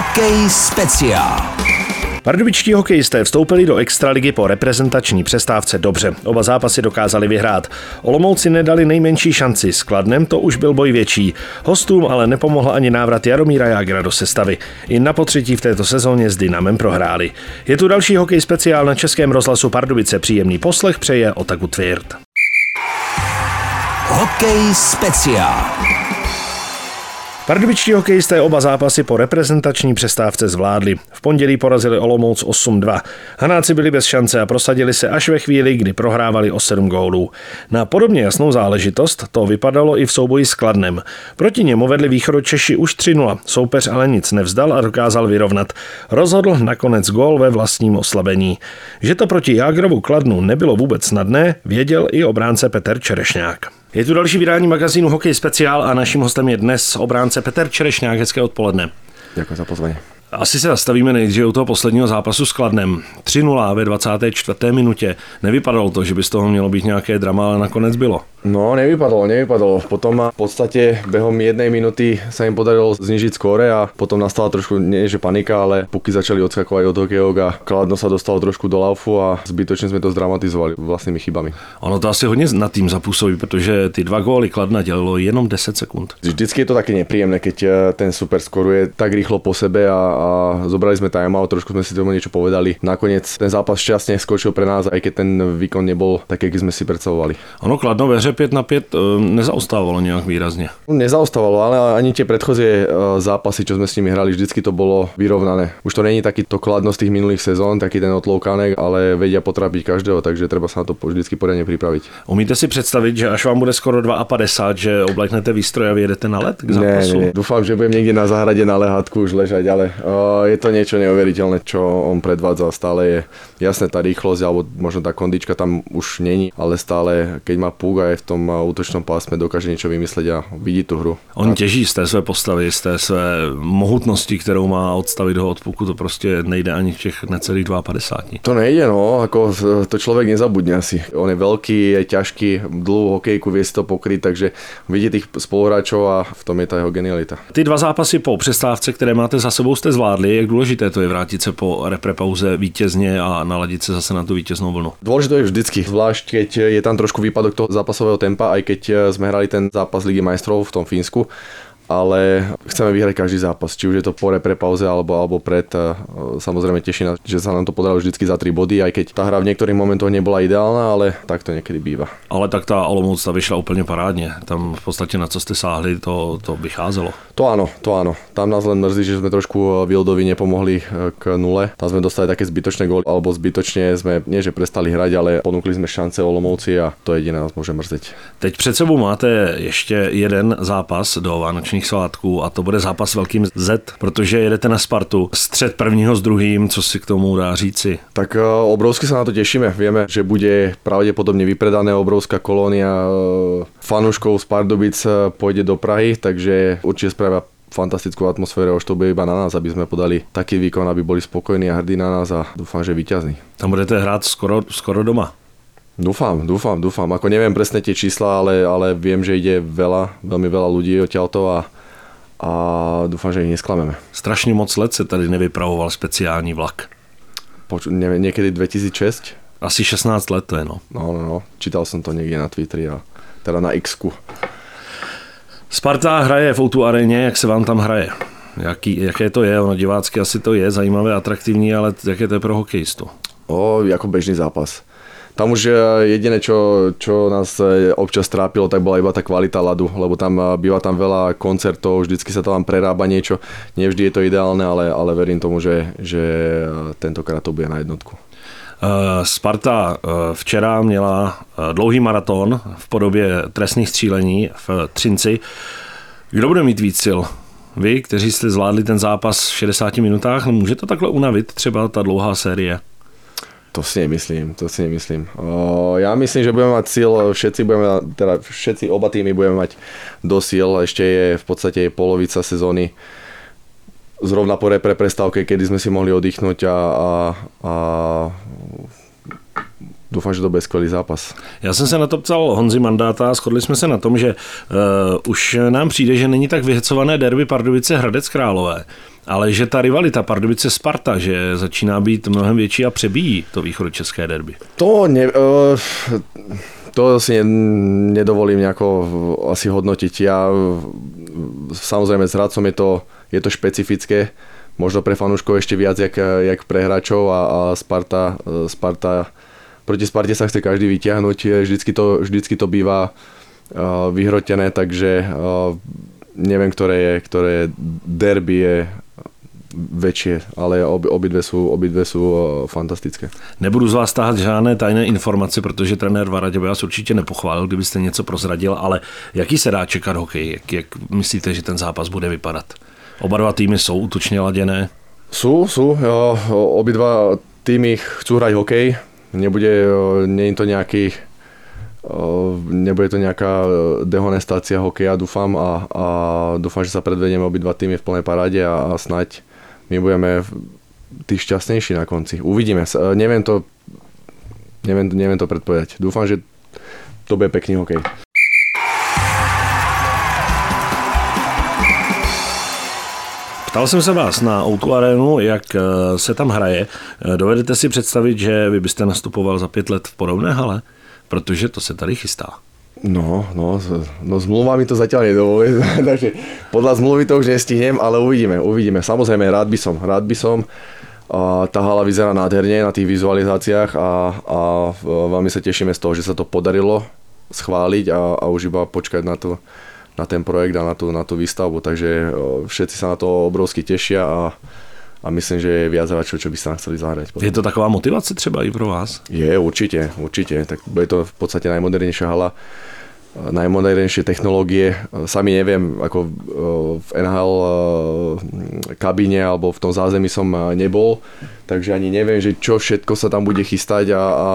Hokej speciál. Pardubičtí hokejisté vstoupili do extraligy po reprezentační přestávce dobře. Oba zápasy dokázali vyhrát. Olomouci nedali nejmenší šanci, s Kladnem to už byl boj větší. Hostům ale nepomohl ani návrat Jaromíra Jágra do sestavy. I na potřetí v této sezóně s Dynamem prohráli. Je tu další hokej speciál na Českém rozhlasu Pardubice. Příjemný poslech přeje Otaku Tvirt. Hokej speciál. Pardubičtí hokejisté oba zápasy po reprezentační přestávce zvládli. V pondělí porazili Olomouc 8-2. Hanáci byli bez šance a prosadili se až ve chvíli, kdy prohrávali o 7 gólů. Na podobně jasnou záležitost to vypadalo i v souboji s Kladnem. Proti němu vedli Východočeši už 3-0. Soupeř ale nic nevzdal a dokázal vyrovnat. Rozhodl nakonec gól ve vlastním oslabení. Že to proti Jágrovu Kladnu nebylo vůbec snadné, věděl i obránce Petr Čerešňák. Je tu další vydání magazínu Hokej speciál a naším hostem je dnes obránce Petr Čerešňák. Hezké odpoledne. Děkuji za pozvání. Asi se zastavíme nejdříve u toho posledního zápasu s Kladnem. 3-0 ve 24. minutě. Nevypadalo to, že by z toho mělo být nějaké drama, ale nakonec bylo. No, nevypadalo. Potom v podstate behom jednej minúty sa im podarilo znižiť skóre a potom nastala trošku, nie že panika, ale puky začali odskakovať od hokejok a Kladno sa dostalo trošku do laufu a zbytočne sme to zdramatizovali vlastnými chybami. Ono to asi hodně na tým zapůsobí, protože ty 2 góly Kladna dělalo jenom 10 sekund. Vždycky je to také nepríjemné, keď ten super skoruje tak rýchlo po sebe a zobrali sme timeout, trošku sme si tomu niečo povedali. Nakoniec ten zápas šťastne skočil pre nás, aj keď ten výkon nebol tak, aký sme si predstavovali. Ono Kladno ve hře 5-5 nezaostávalo nějak výrazně. Nezaostávalo, ale ani tie predchozie zápasy, čo sme s nimi hrali, vždycky to bolo vyrovnané. Už to není taký to Kladno z tých minulých sezón, taký ten otloukanek, ale vedia potrapiť každého, takže treba sa na to vždycky poriadne pripraviť. Umíte si představit, že až vám bude skoro 52, že obleknete výstroj a vyjedete na let k zápasu? Ne. Dúfam, že budem niekde na záhrade na lehátku už ležať, ale je to niečo neuveriteľné, čo on predvádza. Stále je jasné tá rýchlosť, alebo možno tá kondička tam už není, ale stále, keď má puk a je v tom útočnom pásme, dokáže niečo vymysleť a vidí tú hru. On těží z té své postavy, z té své mohutnosti, kterou má odstavit ho od puku, to prostě nejde ani v těch necelých 52. To nejde, no, ako to človek nezabudne asi. On je veľký, je ťažký, dlhú hokejku vie si to pokryť, takže vidí tých spoluhráčov a v tom je ta jeho genialita. Ty 2 zápasy po přestávce, které máte za sebou, jste zvládli. Jak důležité to je vrátit se po reprepauze vítězně a naladit se zase na tu vítěznou vlnu? Dôležité je vždycky, zvlášť keď je tam trošku výpadok toho zápasového tempa, aj keď sme hrali ten zápas Ligy majstrov v tom Fínsku, ale chceme vyhrať každý zápas, či už je to po reprepauze alebo pred. Samozrejme teší nás, že sa nám to podarilo vždycky za 3 body, aj keď tá hra v niektorých momentoch nebola ideálna, ale tak to niekedy býva. Ale tak tá Olomouc vyšla úplně parádně. Tam v podstatě na co jste sáhli, to vycházelo. To áno. Tam nás len mrzí, že sme trošku Wildovi nepomohli k nule. Tam sme dostali také zbytočné góly, alebo zbytočne sme nie že prestali hrať, ale ponúkli sme šance Olomouci a to jediné nás môže mrzeť. Teď před sebou máte ještě jeden zápas do vánočních svátků a to bude zápas s velkým Z, protože jedete na Spartu. Střed prvního s druhým, co si k tomu dá říci? Tak obrovsky sa na to tešíme. Vieme, že bude pravdepodobne vypredané, obrovská kolónia fanúškov z Pardubic pôjde do Prahy, takže určite spravia fantastickú atmosféru, už to bude iba na nás, aby sme podali taký výkon, aby boli spokojní a hrdí na nás a dúfam, že víťazní. Tam budete hrát skoro doma. Dúfam. Ako neviem presne tie čísla, ale viem, že ide veľmi veľa ľudí odtiaľto a dúfam, že ich nesklameme. Strašně moc let se tady nevypravoval speciální vlak. Niekedy 2006? Asi 16 let to je, no. No. Čítal som to niekde na Twitteri a teda na X-ku. Sparta hraje v O2 aréně, jak se vám tam hraje? Jaké to je? Ono divácky asi to je zajímavé, atraktivní, ale jaké to je pro hokejistu? Ako bežný zápas. Tam už jediné, čo nás občas trápilo, tak bola iba tá kvalita ľadu, lebo tam býva tam veľa koncertov, vždycky sa tam prerába niečo. Nevždy je to ideálne, ale verím tomu, že tentokrát to bude na jednotku. Sparta včera měla dlouhý maraton v podobě trestných střílení v Třinci. Kdo bude mít víc sil? Vy, kteří jste zvládli ten zápas v 60 minutách, může to takhle unavit třeba ta dlouhá série? To si nemyslím. Ja myslím, že budeme mať síl, všetci oba týmy budeme mať do síl, ešte je v podstate polovica sezóny zrovna po prestávke, kedy sme si mohli oddychnúť a doufám, že to bude skvělý zápas. Já jsem se na to ptal Honzi Mandáta a shodli jsme se na tom, že už nám přijde, že není tak vyhecované derby Pardubice Hradec Králové. ale že ta rivalita Pardubice-Sparta, že začíná být mnohem větší a přebíjí to východočeské derby. To si nedovolím nejako asi hodnotiť. Ja samozrejme s Hradcom je to špecifické, možno pre fanúškov ešte viac jak pre hráčov a Sparta proti Sparte sa chce každý vyťahnuť, vždycky to býva vyhrotené, takže neviem, ktoré derby je väčšie, ale obidve sú fantastické. Nebudu z vás tahat žádné tajné informace, protože trenér Varada by vás určitě nepochválil, kdybyste něco prozradil, ale jaký se dá čekat hokej? Jak myslíte, že ten zápas bude vypadat? Oba dva týmy jsou útočně laděné? Sú. Obidva týmy chcú hrať hokej. Nebude to nejaká dehonestácia hokeja, dúfam, a dúfam, že sa predvedieme obidva týmy v plnej paráde a snáď my budeme tí šťastnejší na konci. Uvidíme. Neviem to predpovedať. Dúfam, že to bude pekný hokej. Ptal jsem se vás na O2 Arenu, jak se tam hraje. Dovedete si představit, že vy byste nastupoval za 5 let v podobné hale? Protože to se tady chystá. No, zmluva mi to zatiaľ nedovolí, takže podľa zmluvy to už nestihnem, ale uvidíme. Samozrejme, rád by som. Tá hala vyzerá nádherne na tých vizualizáciách a veľmi sa tešíme z toho, že sa to podarilo schváliť a už iba počkať na ten projekt a na tú výstavbu, takže všetci sa na to obrovsky tešia a myslím, že je viac hráčov, čo by sa chceli zahrať. Je to taková motivace třeba i pro vás? Je, určite. Tak bude to v podstate najmodernejšia hala, najmodernejšie technológie. Sami neviem, ako v NHL kabíne alebo v tom zázemí som nebol, takže ani neviem, že čo všetko sa tam bude chystať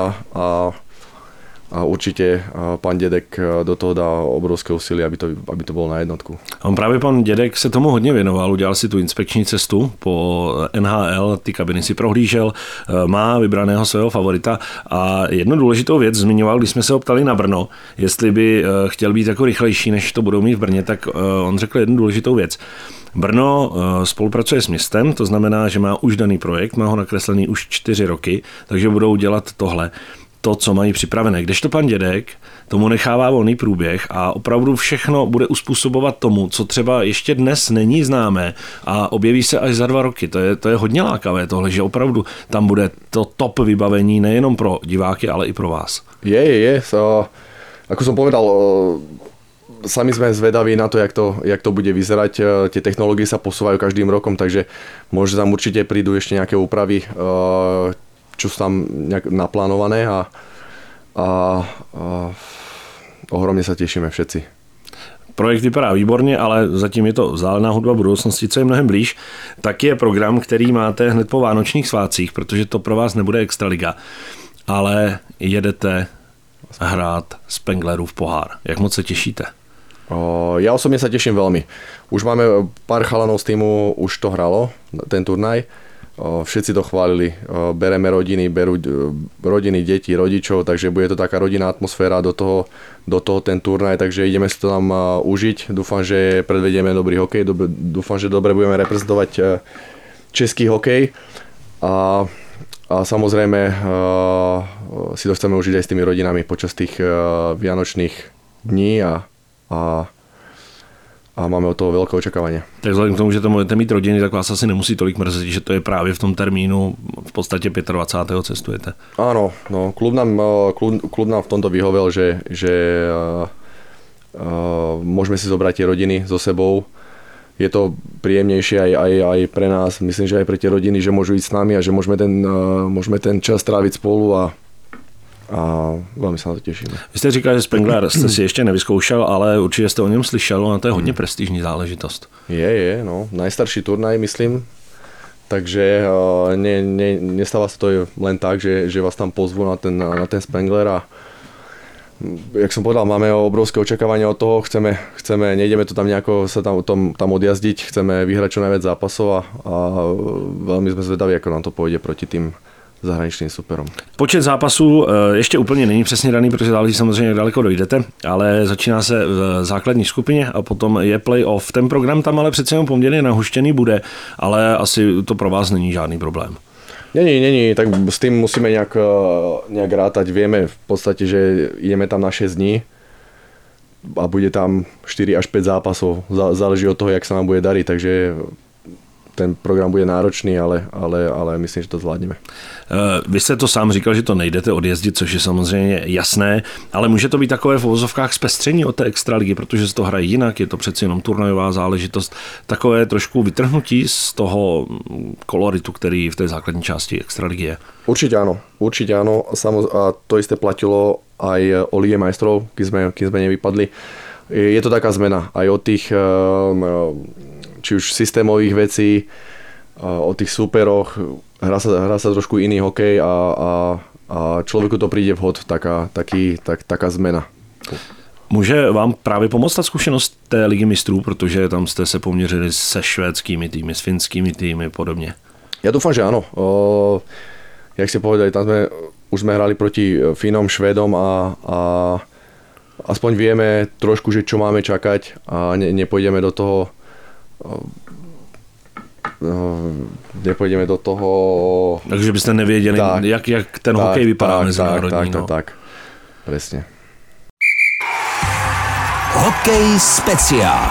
a určitě pan Dědek do toho dá obrovské úsilí, aby to bylo na jednotku. On právě pan Dědek se tomu hodně věnoval, udělal si tu inspekční cestu po NHL, ty kabiny si prohlížel, má vybraného svého favorita a jednu důležitou věc zmiňoval, když jsme se ho ptali na Brno, jestli by chtěl být jako rychlejší, než to budou mít v Brně, tak on řekl jednu důležitou věc. Brno spolupracuje s městem, to znamená, že má už daný projekt, má ho nakreslený už 4 roky, takže budou dělat to, co mají připravené. Kdežto pan Dědek tomu nechává volný průběh a opravdu všechno bude uspůsobovat tomu, co třeba ještě dnes není známé a objeví se až za 2 roky. To je hodně lákavé tohle, že opravdu tam bude to top vybavení nejenom pro diváky, ale i pro vás. Je. Ako som povedal, sami sme zvedaví na to, jak to bude vyzerať. Tie technológie sa posúvajú každým rokom, takže možno tam určite prídu ešte nejaké úpravy, čo sú tam nejak naplánované a ohromne sa tešíme všetci. Projekt vypadá výborně, ale zatím je to vzdálená hudba budoucnosti, co je mnohem blíž. Tak je program, který máte hned po vánočních svátcích, protože to pro vás nebude extraliga, ale jedete hrát Spenglerův pohár. Jak moc se těšíte? Ja osobne sa teším veľmi. Už máme pár chalanov z týmu, už to hralo, ten turnaj. Všetci to chválili, bereme berú rodiny, deti, rodičov, takže bude to taká rodinná atmosféra do toho ten turnaj, takže ideme si to tam užiť. Dúfam, že predvedieme dobrý hokej, dúfam, že dobre budeme reprezentovať český hokej a samozrejme si to chceme užiť aj s tými rodinami počas tých vianočných dní a máme od toho veľké očakávanie. Tak vzhledem k tomu, že to budete mít rodiny, tak vás asi nemusí tolik mrzet, že to je právě v tom termínu v podstatě 25. cestujete. Áno, no, klub nám v tomto vyhovel, že môžeme si zobrať tie rodiny so sebou. Je to príjemnejšie aj pre nás, myslím, že aj pre tie rodiny, že môžu ísť s nami a že môžeme ten čas tráviť spolu a velmi se na to těšíme. Vy jste říkal, že Spengler jste si ještě nevyzkoušel, ale určitě jste o něm slyšel, a to je hodně prestižní záležitost. Je, no, najstarší turnaj, myslím, takže nestáva sa to len tak, že vás tam pozvú na ten Spengler a jak som povedal, máme obrovské očakávania od toho, nejdeme to tam nejako sa tam odjazdiť, chceme vyhrať čo najviac zápasov a veľmi sme zvedaví, ako nám to pôjde proti tým zahraničným superom. Počet zápasů ještě úplně není přesně daný, protože záleží samozřejmě, jak daleko dojdete, ale začíná se v základní skupině a potom je play-off. Ten program tam ale přece jenom poměrně nahuštěný bude, ale asi to pro vás není žádný problém. Není, tak s tým musíme nejak rátať. Vieme v podstate, že ideme tam na 6 dní a bude tam 4 až 5 zápasov. Záleží od toho, jak sa nám bude dariť, takže ten program bude náročný, ale myslím, že to zvládneme. Vy jste to sám říkal, že to nejdete odjezdit, což je samozřejmě jasné, ale může to být takové v uvozovkách zpestření od té extraligy, protože se to hraje jinak, je to přeci jenom turnajová záležitost, takové trošku vytrhnutí z toho koloritu, který v té základní části extraligy je. Určite áno. A to isté platilo aj o Lige majstrov, keď sme nevypadli. Je to taká zmena aj od tých či už systémových vecí, o tých súperoch, hrá sa trošku iný hokej a človeku to príde vhod, taká zmena. Může vám právě pomoct ta zkušenost té Ligy mistrů, protože tam jste se poměřili se švédskými týmy, s finskými týmy podobně? Ja dúfam, že áno. Jak ste povedali, tam už sme hrali proti Fínom, Švédom a aspoň vieme trošku, že čo máme čakať a nepôjdeme do toho Takže byste nevěděli, jak ten hokej vypadá mezinárodní. Tak, presne. Hokej speciál.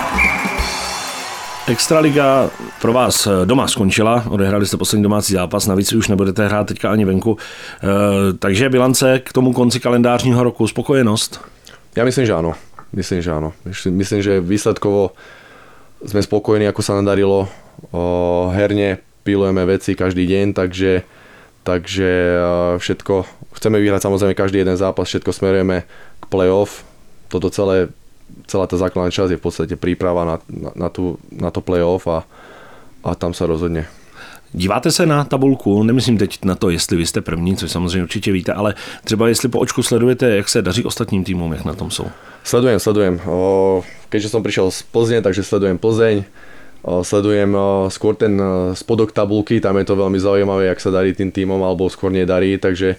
Extraliga pro vás doma skončila, odehrali jste poslední domácí zápas, navíc už nebudete hrát teďka ani venku. Takže bilance k tomu konci kalendářního roku, spokojenost? Ja myslím, že áno. Myslím, že výsledkovo sme spokojní, ako sa nám darilo. Herne pilujeme veci každý deň, takže všetko chceme vyhrať samozrejme každý jeden zápas, všetko smerujeme k play-off. Toto celá tá základná časť je v podstate príprava na to play-off a tam sa rozhodne. Díváte se na tabulku, nemyslím teď na to, jestli vy jste první, což samozřejmě určitě víte, ale třeba jestli po očku sledujete, jak se daří ostatním týmům, jak na tom jsou. Sledujem. Keďže som prišiel z Plzne, takže sledujem Plzeň. Sledujem skôr ten spodok tabulky, tam je to veľmi zaujímavé, jak sa darí tým týmom, alebo skôr nedarí, takže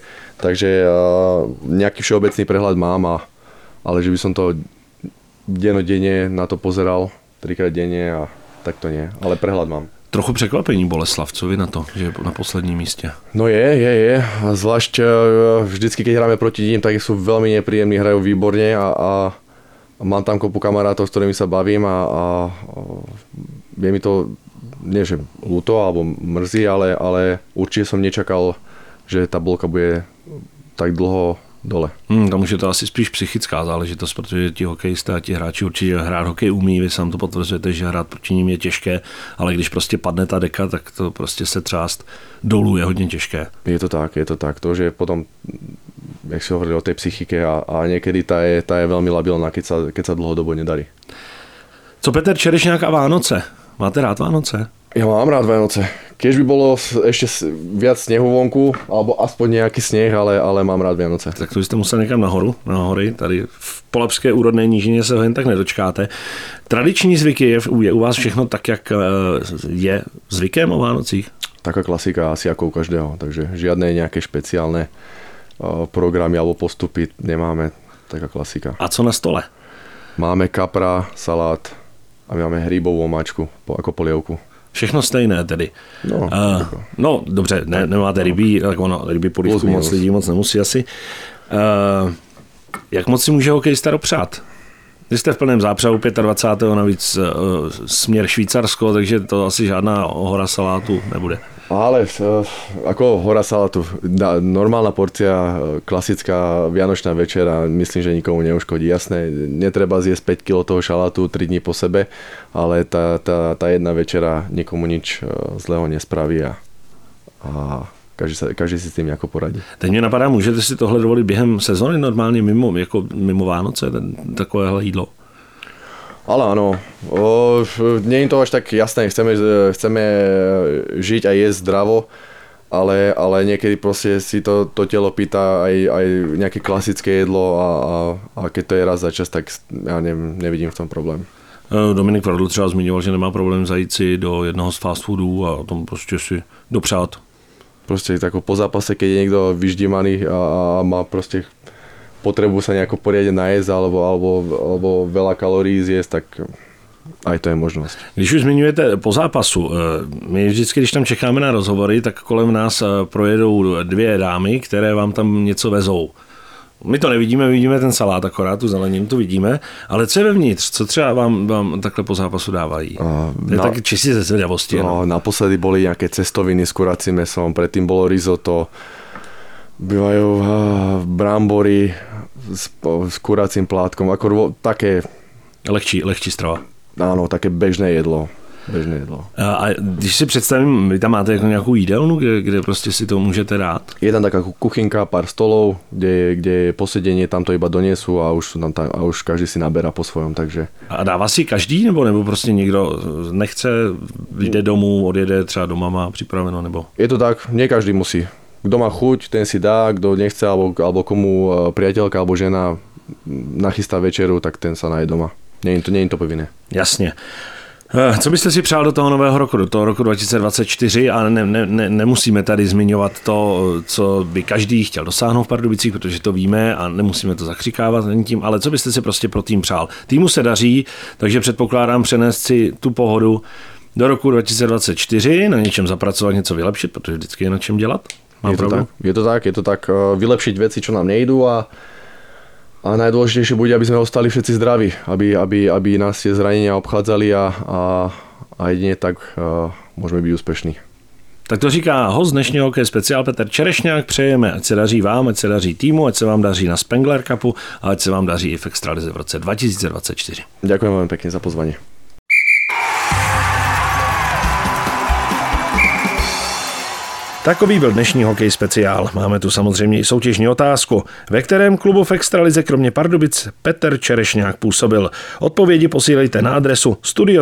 nejaký všeobecný prehľad mám, ale že by som to denodenne na to pozeral 3-krát denne a tak to nie, ale prehľad mám. Trochu překvapení Boleslavcovi na to, že je na posledním místě. No je. Zvlášť vždycky, keď hráme proti ním, tak sú veľmi nepríjemní, hrajú výborne a mám tam kopu kamarátov, s ktorými sa bavím a je mi to, nie že ľúto alebo mrzí, ale určite som nečakal, že tabulka bude tak dlho dole. Tam už je to asi spíš psychická záležitost, protože ti hokejisté a ti hráči určitě hrát hokej umí, vy sám to potvrzujete, že hrát proti ním je těžké, ale když prostě padne ta deka, tak to prostě se třást dolů je hodně těžké. Je to tak. To, že potom, jak si hovorili o tej psychike a niekedy tá je veľmi labilná, keď sa dlhodobo nedarí. Co Petr Čerešňák a Vánoce? Máte rád Vánoce? Ja mám rád Vánoce. Keď by bolo ešte viac snehu vonku, alebo aspoň nejaký sneh, ale mám rád Vianoce. Tak to byste musel někam na hory, tady v Polabské úrodné nížině se ho jen tak nedočkáte. Tradiční zvyky je u vás všechno tak, jak je zvykem o Vánocích? Taká klasika asi ako u každého, takže žiadne nejaké špeciálne programy alebo postupy nemáme, taká klasika. A co na stole? Máme kapra, salát a my máme hrybovú omáčku ako polievku. Všechno stejné tedy. No dobře, nemáte rybí, tak ono, ryby polívku moc lidí moc nemusí asi. Jak moc si může hokejista dopřát? Vy jste v plném zápřahu 25. navíc směr Švýcarsko, takže to asi žádná hora salátu nebude. Ale ako hora salátu, normálna porcia, klasická vianočná večera, myslím, že nikomu neuškodí. Jasné, netreba zjesť 5 kg toho šalátu 3 dní po sebe, ale tá jedna večera nikomu nič zlého nespraví a každý si s tým nejako poradí. Teď mě napadá, můžete si tohle dovolit během sezóny normálně mimo Vánoce, takovéhle jídlo? Ale áno, nie je to až tak jasné, chceme žiť a jesť zdravo, ale niekedy proste si to telo pýta aj nejaké klasické jedlo a keď to je raz za čas, tak ja nevidím v tom problém. Dominik Vrdl třeba zmiňoval, že nemá problém zajít si do jednoho z fast foodů a tom prostě si dopřát. Proste tako po zápase, keď je niekto vyždímaný a má proste potrebu sa nejako poriadne najesť alebo veľa kalórií zjesť, tak aj to je možnost. Když už zmiňujete po zápasu, my vždycky, když tam čekáme na rozhovory, tak kolem nás projedou 2 dámy, které vám tam něco vezou. My to nevidíme, vidíme ten salát akorát, tu zeleninu, to vidíme, ale co je vevnitř, co třeba vám takhle po zápasu dávají? To je tak čistě ze zvedavosti. No, naposledy boli nejaké cestoviny s kuracím mesom, predtým bolo risotto, bývajú brambory s kuracím plátkom, ako také... Lehčí strava. Áno, také bežné jedlo. A když si představím, vy tam máte jako nějakou jídelnu, kde prostě si to můžete dát? Je tam taká kuchynka, pár stolov, kde je posedenie, tam to iba donesú a už každý si naberá po svojom, takže... A dává si každý, nebo prostě někdo nechce, jde domů, odjede třeba do mama připraveno, nebo? Je to tak, nie každý musí. Kdo má chuť, ten si dá, kdo nechce, alebo komu priateľka alebo žena nachystá večeru, tak ten sa naje doma. Nie je to povinné. Jasně. Co byste si přál do toho nového roku, do toho roku 2024, a nemusíme tady zmiňovat to, co by každý chtěl dosáhnout v Pardubicích, protože to víme a nemusíme to zakřikávat ani tím, ale co byste si prostě pro tým přál? Týmu se daří, takže předpokládám přenést si tu pohodu do roku 2024, na něčem zapracovat, něco vylepšit, protože vždycky je na čem dělat. Je to tak, vylepšiť veci, čo nám nejdú a najdôležitejšie bude, aby sme ostali všetci zdraví, aby nás tie zranenia obchádzali a jedine tak môžeme byť úspešní. Tak to říká host dnešního Hokej speciál Petr Čerešňák. Přejeme, ať se daří vám, ať se daří týmu, ať se vám daří na Spengler Cupu a ať se vám daří i v Extralize v roce 2024. Ďakujem veľmi pekne za pozvanie. Takový byl dnešní Hokej speciál. Máme tu samozřejmě i soutěžní otázku. Ve kterém klubu v Extralize kromě Pardubic Petr Čerešňák působil? Odpovědi posílejte na adresu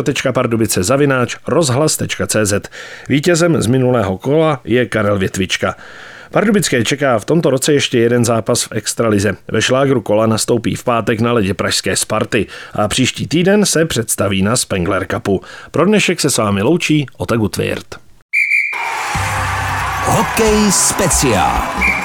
studio.pardubice@rozhlas.cz. Vítězem z minulého kola je Karel Větvička. Pardubické čeká v tomto roce ještě jeden zápas v Extralize. Ve šlágru kola nastoupí v pátek na ledě pražské Sparty a příští týden se představí na Spengler Cupu. Pro dnešek se s vámi loučí Otagu Tvěrt. Hokej speciál.